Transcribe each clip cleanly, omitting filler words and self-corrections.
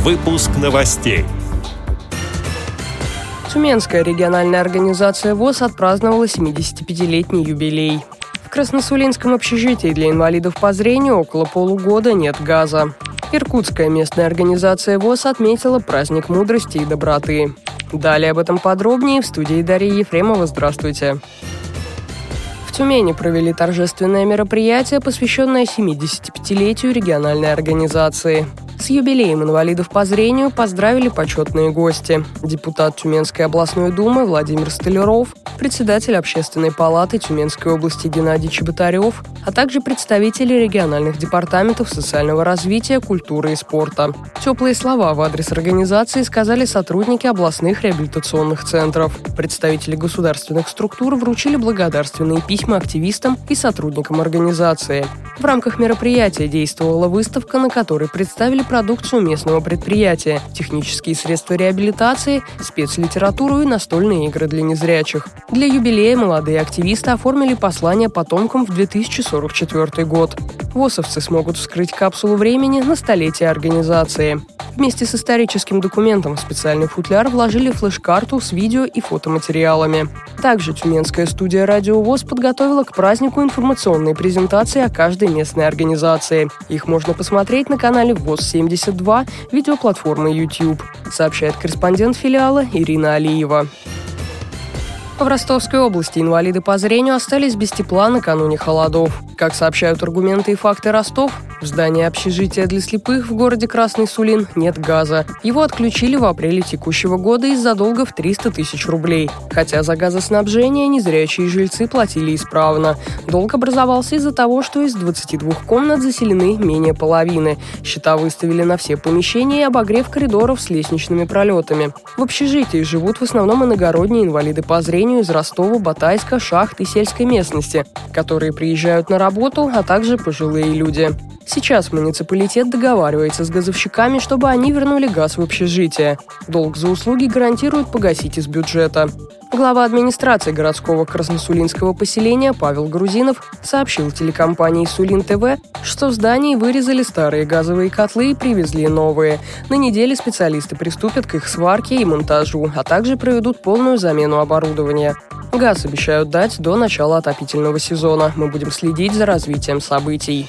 Выпуск новостей. Тюменская региональная организация ВОС отпраздновала 75-летний юбилей. В Красносулинском общежитии для инвалидов по зрению около полугода нет газа. Иркутская местная организация ВОС отметила праздник мудрости и доброты. Далее об этом подробнее в студии Дарьи Ефремова. Здравствуйте. В Тюмени провели торжественное мероприятие, посвященное 75-летию региональной организации. С юбилеем инвалидов по зрению поздравили почетные гости. Депутат Тюменской областной думы Владимир Столяров, председатель Общественной палаты Тюменской области Геннадий Чеботарев, а также представители региональных департаментов социального развития, культуры и спорта. Теплые слова в адрес организации сказали сотрудники областных реабилитационных центров. Представители государственных структур вручили благодарственные письма активистам и сотрудникам организации. В рамках мероприятия действовала выставка, на которой представили продукцию местного предприятия, технические средства реабилитации, спецлитературу и настольные игры для незрячих. Для юбилея молодые активисты оформили послание потомкам в 2044 год. ВОСовцы смогут вскрыть капсулу времени на столетие организации. Вместе с историческим документом в специальный футляр вложили флеш-карту с видео и фотоматериалами. Также Тюменская студия «Радио ВОС» подготовила к празднику информационные презентации о каждой местной организации. Их можно посмотреть на канале ВОС-72, видеоплатформы YouTube, сообщает корреспондент филиала Ирина Алиева. В Ростовской области инвалиды по зрению остались без тепла накануне холодов. Как сообщают «Аргументы и факты Ростов», в здании общежития для слепых в городе Красный Сулин нет газа. Его отключили в апреле текущего года из-за долга в 300 тысяч рублей. Хотя за газоснабжение незрячие жильцы платили исправно. Долг образовался из-за того, что из 22 комнат заселены менее половины. Счета выставили на все помещения и обогрев коридоров с лестничными пролетами. В общежитии живут в основном иногородние инвалиды по зрению из Ростова, Батайска, Шахт и сельской местности, которые приезжают на работу, а также пожилые люди. Сейчас муниципалитет договаривается с газовщиками, чтобы они вернули газ в общежитие. Долг за услуги гарантируют погасить из бюджета. Глава администрации городского красносулинского поселения Павел Грузинов сообщил телекомпании «Сулин ТВ», что в здании вырезали старые газовые котлы и привезли новые. На неделе специалисты приступят к их сварке и монтажу, а также проведут полную замену оборудования. Газ обещают дать до начала отопительного сезона. Мы будем следить за развитием событий.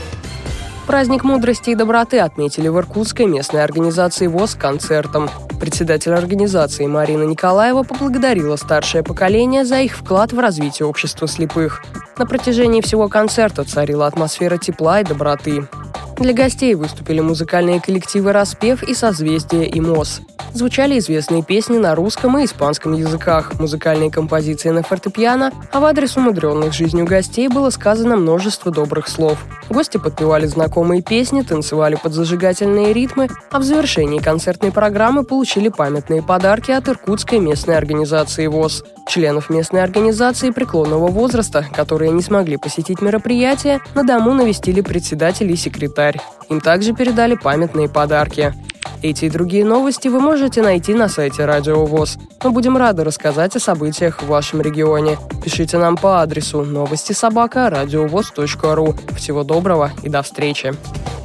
Праздник мудрости и доброты отметили в Иркутской местной организации ВОС концертом. Председатель организации Марина Николаева поблагодарила старшее поколение за их вклад в развитие общества слепых. На протяжении всего концерта царила атмосфера тепла и доброты. Для гостей выступили музыкальные коллективы «Распев» и «Созвездие» и «МОЗ». Звучали известные песни на русском и испанском языках, музыкальные композиции на фортепиано, а в адрес умудренных жизнью гостей было сказано множество добрых слов. Гости подпевали знакомые песни, танцевали под зажигательные ритмы, а в завершении концертной программы получили памятные подарки от Иркутской местной организации ВОС. Членов местной организации преклонного возраста, которые не смогли посетить мероприятие, на дому навестили председатель и секретарь. Им также передали памятные подарки. Эти и другие новости вы можете найти на сайте Радио ВОС. Мы будем рады рассказать о событиях в вашем регионе. Пишите нам по адресу новости@радиовос.ру. Всего доброго и до встречи!